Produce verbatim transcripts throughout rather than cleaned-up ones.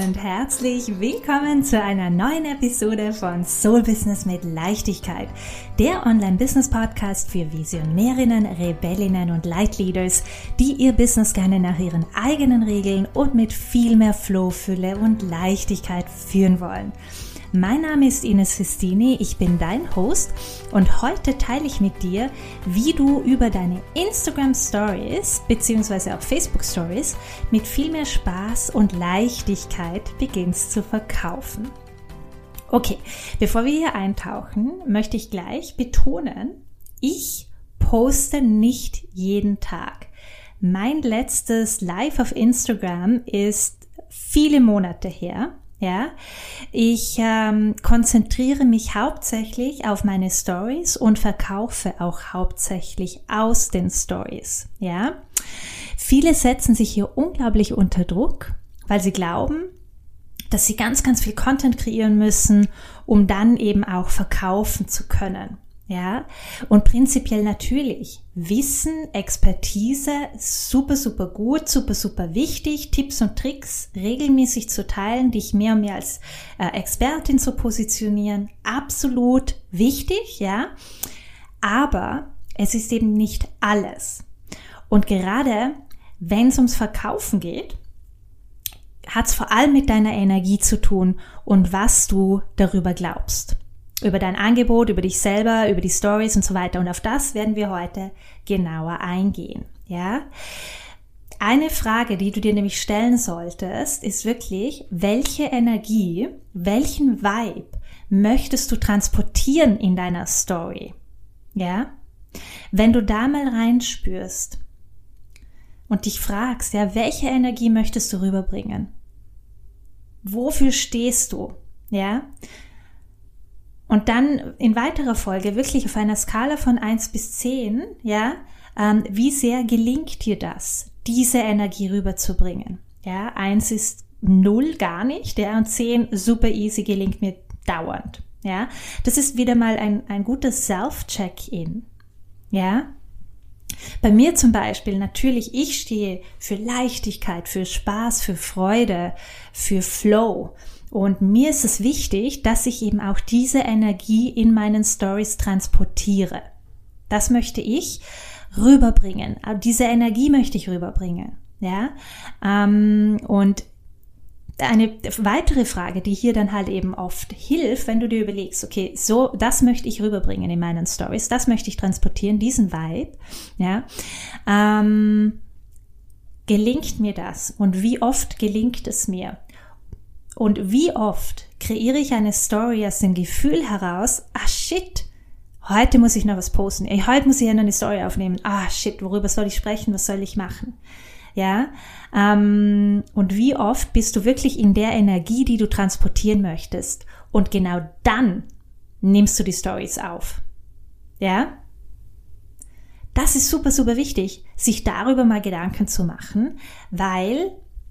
und herzlich willkommen zu einer neuen Episode von Soul Business mit Leichtigkeit, der Online-Business-Podcast für Visionärinnen, Rebellinnen und Leitleaders, die ihr Business gerne nach ihren eigenen Regeln und mit viel mehr Flow, Fülle und Leichtigkeit führen wollen. Mein Name ist Ines Festini, ich bin dein Host und heute teile ich mit dir, wie du über deine Instagram Stories bzw. auch Facebook Stories mit viel mehr Spaß und Leichtigkeit beginnst zu verkaufen. Okay, bevor wir hier eintauchen, möchte ich gleich betonen, ich poste nicht jeden Tag. Mein letztes Live auf Instagram ist viele Monate her. Ja, ich ähm, konzentriere mich hauptsächlich auf meine Stories und verkaufe auch hauptsächlich aus den Stories. Ja, viele setzen sich hier unglaublich unter Druck, weil sie glauben, dass sie ganz, ganz viel Content kreieren müssen, um dann eben auch verkaufen zu können. Ja, und prinzipiell natürlich Wissen, Expertise, super, super gut, super, super wichtig, Tipps und Tricks regelmäßig zu teilen, dich mehr und mehr als äh, Expertin zu positionieren, absolut wichtig, ja, aber es ist eben nicht alles. Und gerade wenn es ums Verkaufen geht, hat es vor allem mit deiner Energie zu tun und was du darüber glaubst. Über dein Angebot, über dich selber, über die Stories und so weiter. Und auf das werden wir heute genauer eingehen. Ja? Eine Frage, die du dir nämlich stellen solltest, ist wirklich, welche Energie, welchen Vibe möchtest du transportieren in deiner Story? Ja? Wenn du da mal reinspürst und dich fragst, ja, welche Energie möchtest du rüberbringen? Wofür stehst du? Ja? Und dann in weiterer Folge wirklich auf einer Skala von eins bis zehn, ja, ähm, wie sehr gelingt dir das, diese Energie rüberzubringen? Ja, eins ist null, gar nicht, ja, und zehn super easy, gelingt mir dauernd, ja. Das ist wieder mal ein, ein gutes Self-Check-In, ja. Bei mir zum Beispiel, natürlich, ich stehe für Leichtigkeit, für Spaß, für Freude, für Flow. Und mir ist es wichtig, dass ich eben auch diese Energie in meinen Stories transportiere. Das möchte ich rüberbringen. Diese Energie möchte ich rüberbringen. Ja? Und eine weitere Frage, die hier dann halt eben oft hilft, wenn du dir überlegst, okay, so, das möchte ich rüberbringen in meinen Stories, das möchte ich transportieren, diesen Vibe. Ja? Ähm, gelingt mir das? Und wie oft gelingt es mir? Und wie oft kreiere ich eine Story aus dem Gefühl heraus, ah shit, heute muss ich noch was posten, ey, heute muss ich ja noch eine Story aufnehmen, ah shit, worüber soll ich sprechen, was soll ich machen? Ja, ähm, und wie oft bist du wirklich in der Energie, die du transportieren möchtest, und genau dann nimmst du die Stories auf. Ja, das ist super, super wichtig, sich darüber mal Gedanken zu machen, weil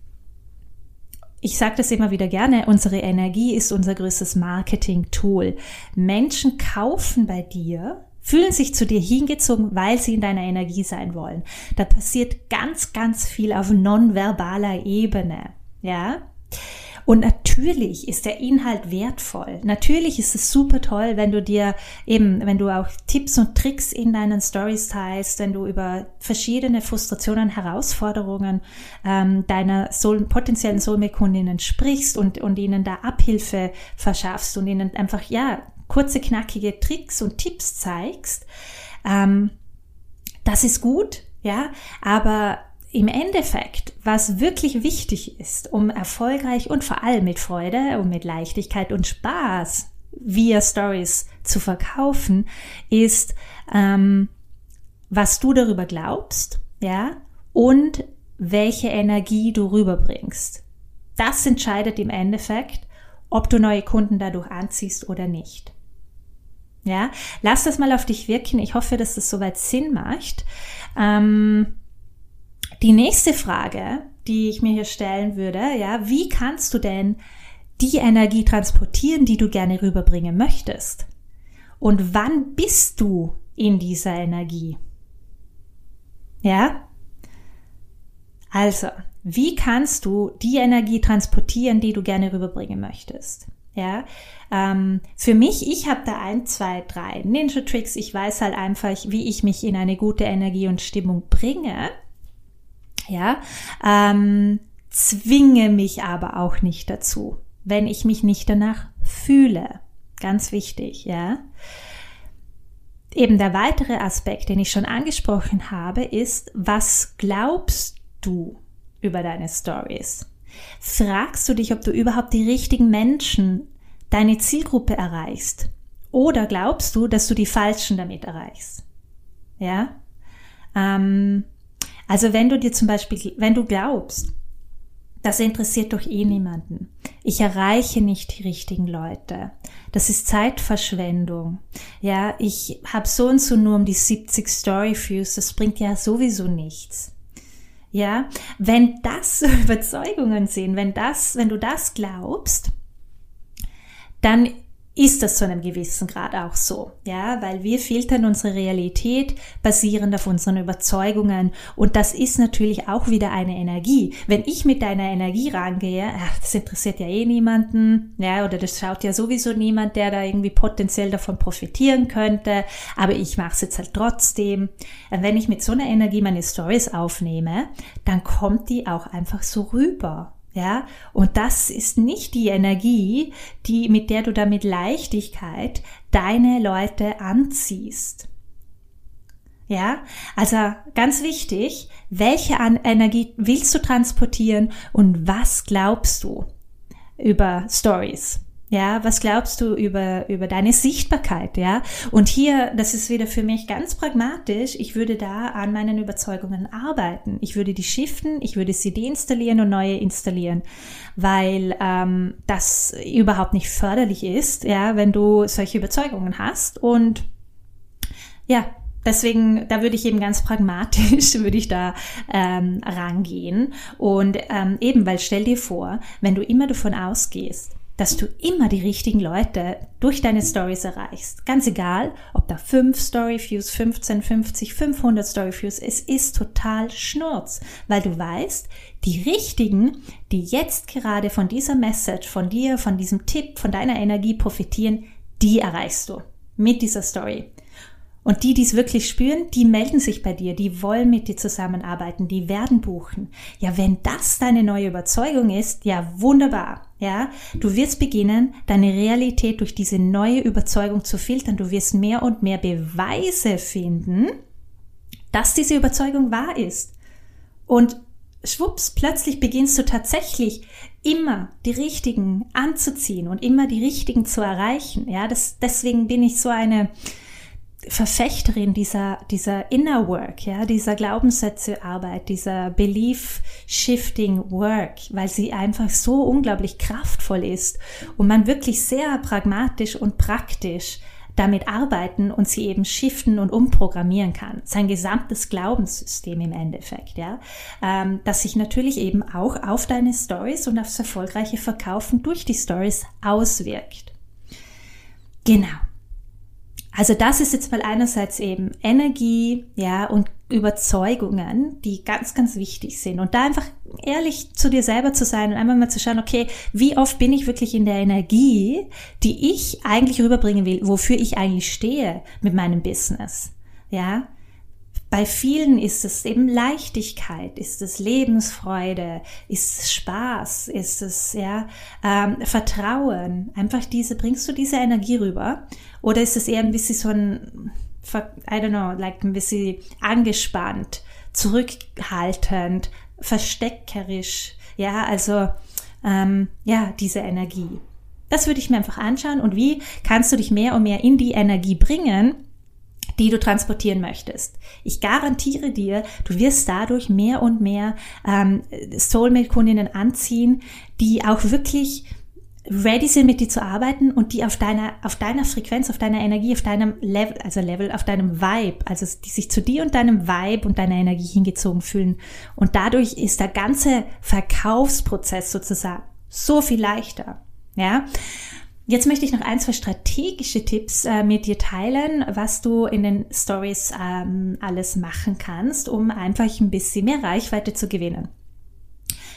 ich sage das immer wieder gerne, unsere Energie ist unser größtes Marketing-Tool. Menschen kaufen bei dir, fühlen sich zu dir hingezogen, weil sie in deiner Energie sein wollen. Da passiert ganz, ganz viel auf nonverbaler Ebene, ja. Und natürlich ist der Inhalt wertvoll. Natürlich ist es super toll, wenn du dir eben, wenn du auch Tipps und Tricks in deinen Stories teilst, wenn du über verschiedene Frustrationen, Herausforderungen ähm, deiner Soul, potenziellen Soulmate-Kundinnen sprichst und, und ihnen da Abhilfe verschaffst und ihnen einfach, ja, kurze, knackige Tricks und Tipps zeigst. Ähm, das ist gut, ja, aber im Endeffekt, was wirklich wichtig ist, um erfolgreich und vor allem mit Freude und mit Leichtigkeit und Spaß via Stories zu verkaufen, ist, ähm, was du darüber glaubst, ja, und welche Energie du rüberbringst. Das entscheidet im Endeffekt, ob du neue Kunden dadurch anziehst oder nicht. Ja, lass das mal auf dich wirken. Ich hoffe, dass das soweit Sinn macht. Ähm, Die nächste Frage, die ich mir hier stellen würde, ja, wie kannst du denn die Energie transportieren, die du gerne rüberbringen möchtest? Und wann bist du in dieser Energie? Ja? Also, Wie kannst du die Energie transportieren, die du gerne rüberbringen möchtest? Ja, ähm, für mich, ich habe da ein, zwei, drei Ninja-Tricks. Ich weiß halt einfach, wie ich mich in eine gute Energie und Stimmung bringe. Ja, ähm, zwinge mich aber auch nicht dazu, wenn ich mich nicht danach fühle. Ganz wichtig, ja. Eben der weitere Aspekt, den ich schon angesprochen habe, ist, was glaubst du über deine Stories? Fragst du dich, ob du überhaupt die richtigen Menschen, deine Zielgruppe erreichst? Oder glaubst du, dass du die Falschen damit erreichst? Ja? Ähm, also wenn du dir zum Beispiel, wenn du glaubst, das interessiert doch eh niemanden. Ich erreiche nicht die richtigen Leute. Das ist Zeitverschwendung. Ja, ich habe so und so nur um die siebzig Story-Views. Das bringt ja sowieso nichts. Ja, wenn das Überzeugungen sind, wenn das, wenn du das glaubst, dann ist das zu einem gewissen Grad auch so, ja, weil wir filtern unsere Realität basierend auf unseren Überzeugungen und das ist natürlich auch wieder eine Energie. Wenn ich mit deiner Energie rangehe, ach, das interessiert ja eh niemanden, ja, oder das schaut ja sowieso niemand, der da irgendwie potenziell davon profitieren könnte, aber ich mache es jetzt halt trotzdem. Wenn ich mit so einer Energie meine Stories aufnehme, dann kommt die auch einfach so rüber. Ja, und das ist nicht die Energie, die, mit der du da mit Leichtigkeit deine Leute anziehst. Ja, also ganz wichtig, welche Energie willst du transportieren und was glaubst du über Stories? Ja, was glaubst du über, über deine Sichtbarkeit, ja? Und hier, das ist wieder für mich ganz pragmatisch, ich würde da an meinen Überzeugungen arbeiten. Ich würde die shiften, ich würde sie deinstallieren und neue installieren, weil ähm, das überhaupt nicht förderlich ist, ja, wenn du solche Überzeugungen hast. Und ja, deswegen, da würde ich eben ganz pragmatisch, würde ich da ähm, rangehen. Und ähm, eben, weil stell dir vor, wenn du immer davon ausgehst, dass du immer die richtigen Leute durch deine Stories erreichst. Ganz egal, ob da fünf Story-Views, fünfzehn, fünfzig, fünfhundert Story-Views, es ist total Schnurz, weil du weißt, die richtigen, die jetzt gerade von dieser Message, von dir, von diesem Tipp, von deiner Energie profitieren, die erreichst du mit dieser Story. Und die, die es wirklich spüren, die melden sich bei dir, die wollen mit dir zusammenarbeiten, die werden buchen. Ja, wenn das deine neue Überzeugung ist, ja, wunderbar. Ja, du wirst beginnen, deine Realität durch diese neue Überzeugung zu filtern. Du wirst mehr und mehr Beweise finden, dass diese Überzeugung wahr ist. Und schwupps, plötzlich beginnst du tatsächlich immer die Richtigen anzuziehen und immer die Richtigen zu erreichen. Ja, das, deswegen bin ich so eine Verfechterin dieser, dieser Inner Work, ja, dieser Glaubenssätzearbeit, dieser Belief-Shifting Work, weil sie einfach so unglaublich kraftvoll ist und man wirklich sehr pragmatisch und praktisch damit arbeiten und sie eben shiften und umprogrammieren kann. Sein gesamtes Glaubenssystem im Endeffekt, ja, ähm, das sich natürlich eben auch auf deine Stories und aufs erfolgreiche Verkaufen durch die Stories auswirkt. Genau. Also das ist jetzt mal einerseits eben Energie, ja, und Überzeugungen, die ganz, ganz wichtig sind. Und da einfach ehrlich zu dir selber zu sein und einfach mal zu schauen, okay, wie oft bin ich wirklich in der Energie, die ich eigentlich rüberbringen will, wofür ich eigentlich stehe mit meinem Business, ja. Bei vielen ist es eben Leichtigkeit, ist es Lebensfreude, ist es Spaß, ist es ja ähm, Vertrauen. Einfach diese, bringst du diese Energie rüber? Oder ist es eher ein bisschen so ein, I don't know, like ein bisschen angespannt, zurückhaltend, versteckerisch? Ja, also ähm, ja, diese Energie. Das würde ich mir einfach anschauen und wie kannst du dich mehr und mehr in die Energie bringen, die du transportieren möchtest. Ich garantiere dir, du wirst dadurch mehr und mehr ähm, Soulmate-Kundinnen anziehen, die auch wirklich ready sind, mit dir zu arbeiten und die auf deiner, auf deiner Frequenz, auf deiner Energie, auf deinem Level, also Level, auf deinem Vibe, also die sich zu dir und deinem Vibe und deiner Energie hingezogen fühlen. Und dadurch ist der ganze Verkaufsprozess sozusagen so viel leichter. Ja. Jetzt möchte ich noch ein, zwei strategische Tipps äh, mit dir teilen, was du in den Stories ähm, alles machen kannst, um einfach ein bisschen mehr Reichweite zu gewinnen.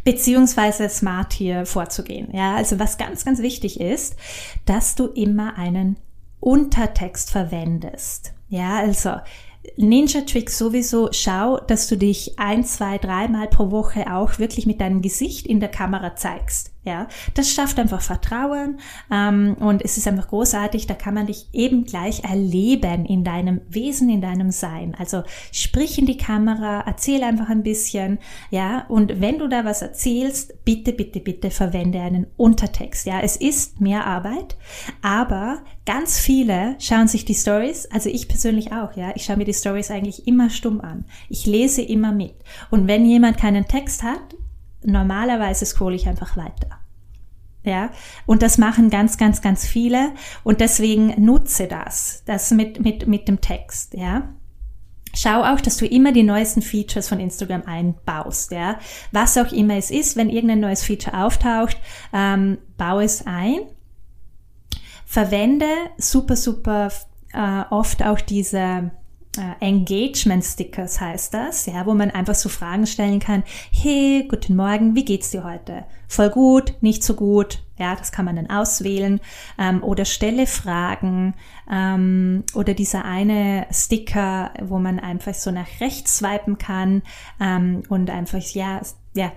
beziehungsweise smart hier vorzugehen. Ja, also was ganz, ganz wichtig ist, dass du immer einen Untertext verwendest. Ja, also Ninja-Trick sowieso, schau, dass du dich ein, zwei, dreimal pro Woche auch wirklich mit deinem Gesicht in der Kamera zeigst. Ja, das schafft einfach Vertrauen ähm, und es ist einfach großartig, da kann man dich eben gleich erleben in deinem Wesen, in deinem Sein. Also sprich in die Kamera, erzähl einfach ein bisschen, ja, und wenn du da was erzählst, bitte, bitte, bitte verwende einen Untertext. Ja, es ist mehr Arbeit, aber ganz viele schauen sich die Stories, also ich persönlich auch, ja, ich schaue mir die Stories eigentlich immer stumm an. Ich lese immer mit und wenn jemand keinen Text hat, normalerweise scrolle ich einfach weiter. Ja, und das machen ganz, ganz, ganz viele und deswegen nutze das, das mit, mit, mit dem Text, ja. Schau auch, dass du immer die neuesten Features von Instagram einbaust, ja. Was auch immer es ist, wenn irgendein neues Feature auftaucht, ähm, baue es ein. Verwende super, super äh, oft auch diese Uh, Engagement Stickers heißt das, ja, wo man einfach so Fragen stellen kann. Hey, guten Morgen, wie geht's dir heute? Voll gut, nicht so gut, ja, das kann man dann auswählen. Ähm, oder stelle Fragen ähm, oder dieser eine Sticker, wo man einfach so nach rechts swipen kann ähm, und einfach, ja, ja,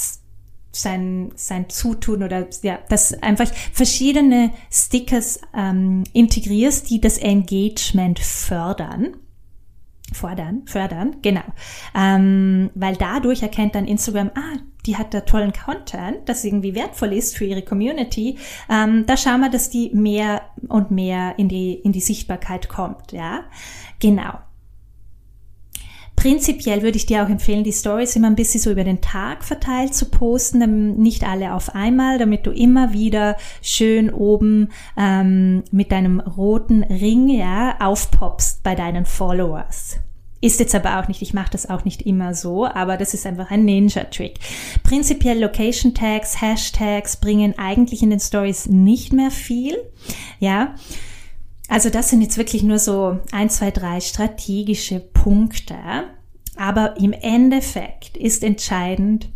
sein sein Zutun oder ja, dass einfach verschiedene Stickers ähm, integrierst, die das Engagement fördern. Fordern, fördern, genau. Ähm, weil dadurch erkennt dann Instagram, ah, die hat da tollen Content, das irgendwie wertvoll ist für ihre Community. Ähm, da schauen wir, dass die mehr und mehr in die, in die Sichtbarkeit kommt, ja. Genau. Prinzipiell würde ich dir auch empfehlen, die Stories immer ein bisschen so über den Tag verteilt zu posten, nicht alle auf einmal, damit du immer wieder schön oben ähm, mit deinem roten Ring ja aufpoppst bei deinen Followers. Ist jetzt aber auch nicht, ich mache das auch nicht immer so, aber das ist einfach ein Ninja-Trick. Prinzipiell Location Tags, Hashtags bringen eigentlich in den Stories nicht mehr viel, ja. Also das sind jetzt wirklich nur so ein, zwei, drei strategische Punkte, aber im Endeffekt ist entscheidend,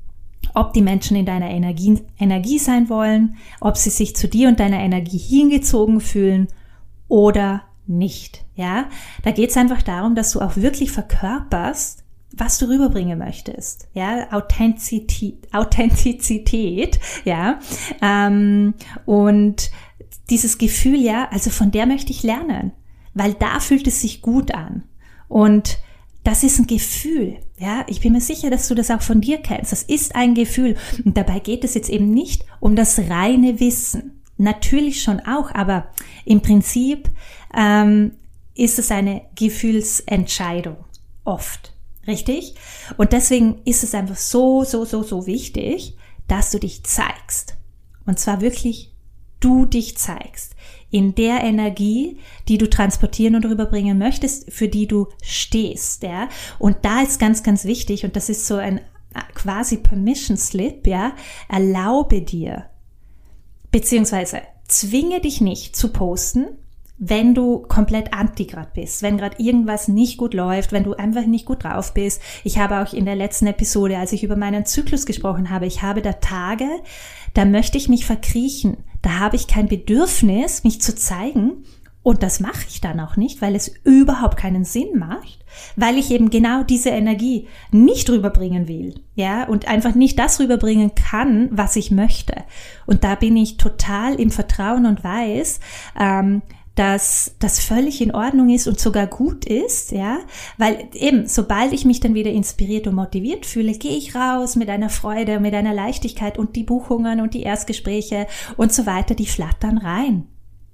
ob die Menschen in deiner Energie, Energie sein wollen, ob sie sich zu dir und deiner Energie hingezogen fühlen oder nicht. Ja, da geht es einfach darum, dass du auch wirklich verkörperst, was du rüberbringen möchtest. Ja, Authentizität, Authentizität, ja, ähm, und dieses Gefühl, ja, also von der möchte ich lernen, weil da fühlt es sich gut an. Und das ist ein Gefühl, ja. Ich bin mir sicher, dass du das auch von dir kennst. Das ist ein Gefühl. Und dabei geht es jetzt eben nicht um das reine Wissen. Natürlich schon auch, aber im Prinzip ähm, ist es eine Gefühlsentscheidung. Oft. Richtig? Und deswegen ist es einfach so, so, so, so wichtig, dass du dich zeigst. Und zwar wirklich du dich zeigst, in der Energie, die du transportieren und rüberbringen möchtest, für die du stehst, ja. Und da ist ganz, ganz wichtig, und das ist so ein quasi Permission Slip, ja, erlaube dir, beziehungsweise zwinge dich nicht zu posten, wenn du komplett anti grad bist, wenn gerade irgendwas nicht gut läuft, wenn du einfach nicht gut drauf bist. Ich habe auch in der letzten Episode, als ich über meinen Zyklus gesprochen habe, ich habe da Tage, da möchte ich mich verkriechen. Da habe ich kein Bedürfnis, mich zu zeigen. Und das mache ich dann auch nicht, weil es überhaupt keinen Sinn macht, weil ich eben genau diese Energie nicht rüberbringen will, ja, und einfach nicht das rüberbringen kann, was ich möchte. Und da bin ich total im Vertrauen und weiß, ähm, dass das völlig in Ordnung ist und sogar gut ist, ja, weil eben, sobald ich mich dann wieder inspiriert und motiviert fühle, gehe ich raus mit einer Freude, mit einer Leichtigkeit und die Buchungen und die Erstgespräche und so weiter, die flattern rein.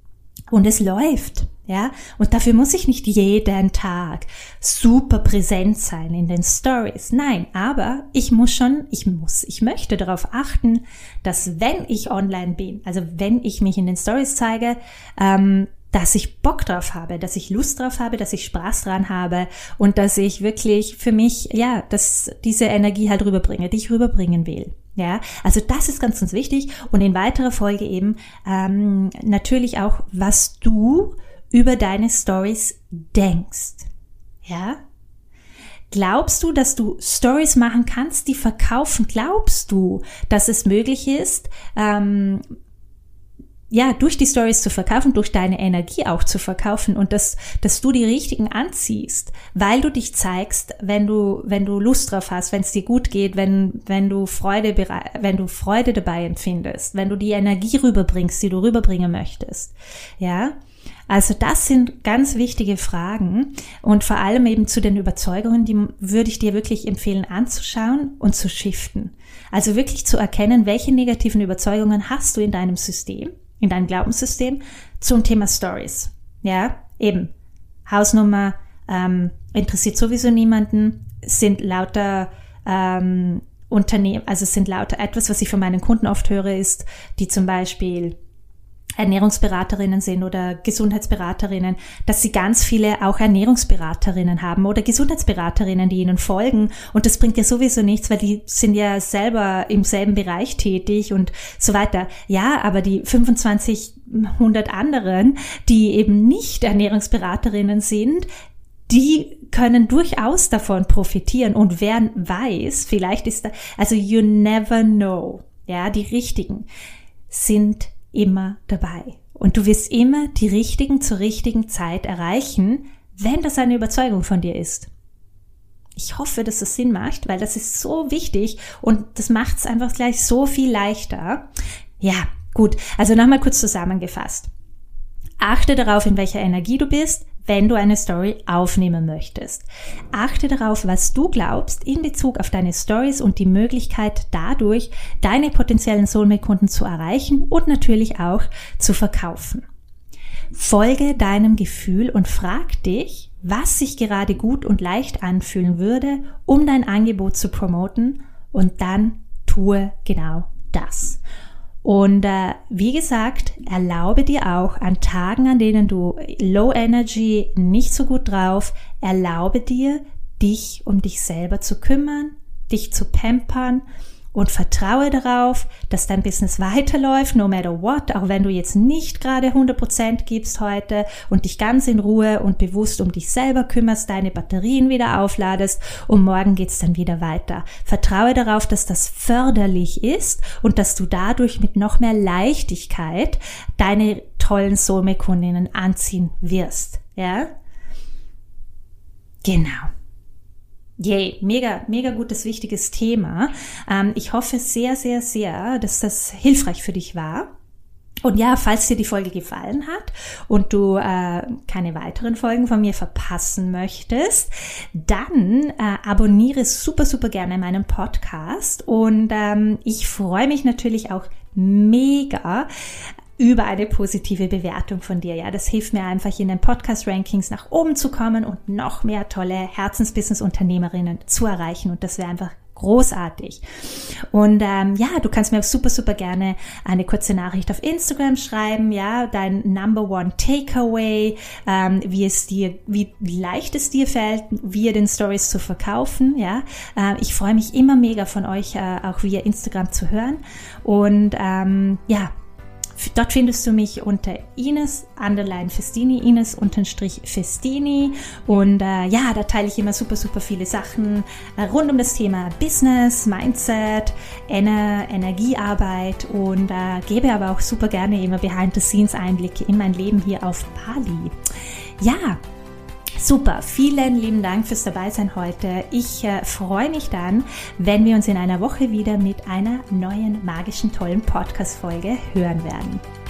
Und es läuft, ja, und dafür muss ich nicht jeden Tag super präsent sein in den Stories. Nein, aber ich muss schon, ich muss, ich möchte darauf achten, dass wenn ich online bin, also wenn ich mich in den Stories zeige, ähm, dass ich Bock drauf habe, dass ich Lust drauf habe, dass ich Spaß dran habe und dass ich wirklich für mich, ja, dass diese Energie halt rüberbringe, die ich rüberbringen will. Ja, also das ist ganz, ganz wichtig und in weiterer Folge eben ähm, natürlich auch, was du über deine Stories denkst. Ja, Glaubst du, dass du Stories machen kannst, die verkaufen? Glaubst du, dass es möglich ist, ähm, ja, durch die Stories zu verkaufen, durch deine Energie auch zu verkaufen und dass, dass du die richtigen anziehst, weil du dich zeigst, wenn du, wenn du Lust drauf hast, wenn es dir gut geht, wenn, wenn du Freude, wenn du Freude dabei empfindest, wenn du die Energie rüberbringst, die du rüberbringen möchtest, ja? Also das sind ganz wichtige Fragen und vor allem eben zu den Überzeugungen, die würde ich dir wirklich empfehlen anzuschauen und zu shiften. Also wirklich zu erkennen, welche negativen Überzeugungen hast du in deinem System, in deinem Glaubenssystem zum Thema Stories. Ja, eben. Hausnummer ähm, interessiert sowieso niemanden, sind lauter ähm, Unternehmen, also sind lauter etwas, was ich von meinen Kunden oft höre, ist, die zum Beispiel Ernährungsberaterinnen sind oder Gesundheitsberaterinnen, dass sie ganz viele auch Ernährungsberaterinnen haben oder Gesundheitsberaterinnen, die ihnen folgen und das bringt ja sowieso nichts, weil die sind ja selber im selben Bereich tätig und so weiter. Ja, aber die fünfundzwanzig hundert anderen, die eben nicht Ernährungsberaterinnen sind, die können durchaus davon profitieren und wer weiß, vielleicht ist da, also you never know, ja, die Richtigen sind immer dabei. Und du wirst immer die Richtigen zur richtigen Zeit erreichen, wenn das eine Überzeugung von dir ist. Ich hoffe, dass das Sinn macht, weil das ist so wichtig und das macht es einfach gleich so viel leichter. Ja, gut. Also nochmal kurz zusammengefasst. Achte darauf, in welcher Energie du bist, wenn du eine Story aufnehmen möchtest. Achte darauf, was du glaubst in Bezug auf deine Stories und die Möglichkeit dadurch, deine potenziellen Soulmate-Kunden zu erreichen und natürlich auch zu verkaufen. Folge deinem Gefühl und frag dich, was sich gerade gut und leicht anfühlen würde, um dein Angebot zu promoten und dann tue genau das. Und äh, wie gesagt, erlaube dir auch an Tagen, an denen du Low Energy, nicht so gut drauf, erlaube dir, dich um dich selber zu kümmern, dich zu pampern und vertraue darauf, dass dein Business weiterläuft, no matter what, auch wenn du jetzt nicht gerade hundert Prozent gibst heute und dich ganz in Ruhe und bewusst um dich selber kümmerst, deine Batterien wieder aufladest und morgen geht's dann wieder weiter. Vertraue darauf, dass das förderlich ist und dass du dadurch mit noch mehr Leichtigkeit deine tollen Soulmate-Kundinnen anziehen wirst. Ja? Genau. Yay, mega, mega gutes, wichtiges Thema. Ähm, ich hoffe sehr, sehr, sehr, dass das hilfreich für dich war. Und ja, falls dir die Folge gefallen hat und du äh, keine weiteren Folgen von mir verpassen möchtest, dann äh, abonniere super, super gerne meinen Podcast. Und ähm, ich freue mich natürlich auch mega über eine positive Bewertung von dir. Ja, das hilft mir einfach in den Podcast-Rankings nach oben zu kommen und noch mehr tolle Herzensbusiness-Unternehmerinnen zu erreichen. Und das wäre einfach großartig. Und ähm, ja, du kannst mir auch super, super gerne eine kurze Nachricht auf Instagram schreiben, ja, dein Number One Takeaway, ähm, wie es dir, wie, wie leicht es dir fällt, via den Stories zu verkaufen, ja. Äh, ich freue mich immer mega von euch, äh, auch via Instagram zu hören. Und ähm, ja, dort findest du mich unter Ines underline Festini, Ines unterstrich Festini und äh, ja, da teile ich immer super, super viele Sachen äh, rund um das Thema Business, Mindset, Ener- Energiearbeit und äh, gebe aber auch super gerne immer Behind-the-Scenes-Einblicke in mein Leben hier auf Bali. Ja, super, vielen lieben Dank fürs Dabeisein heute. Ich äh, freue mich dann, wenn wir uns in einer Woche wieder mit einer neuen, magischen, tollen Podcast-Folge hören werden.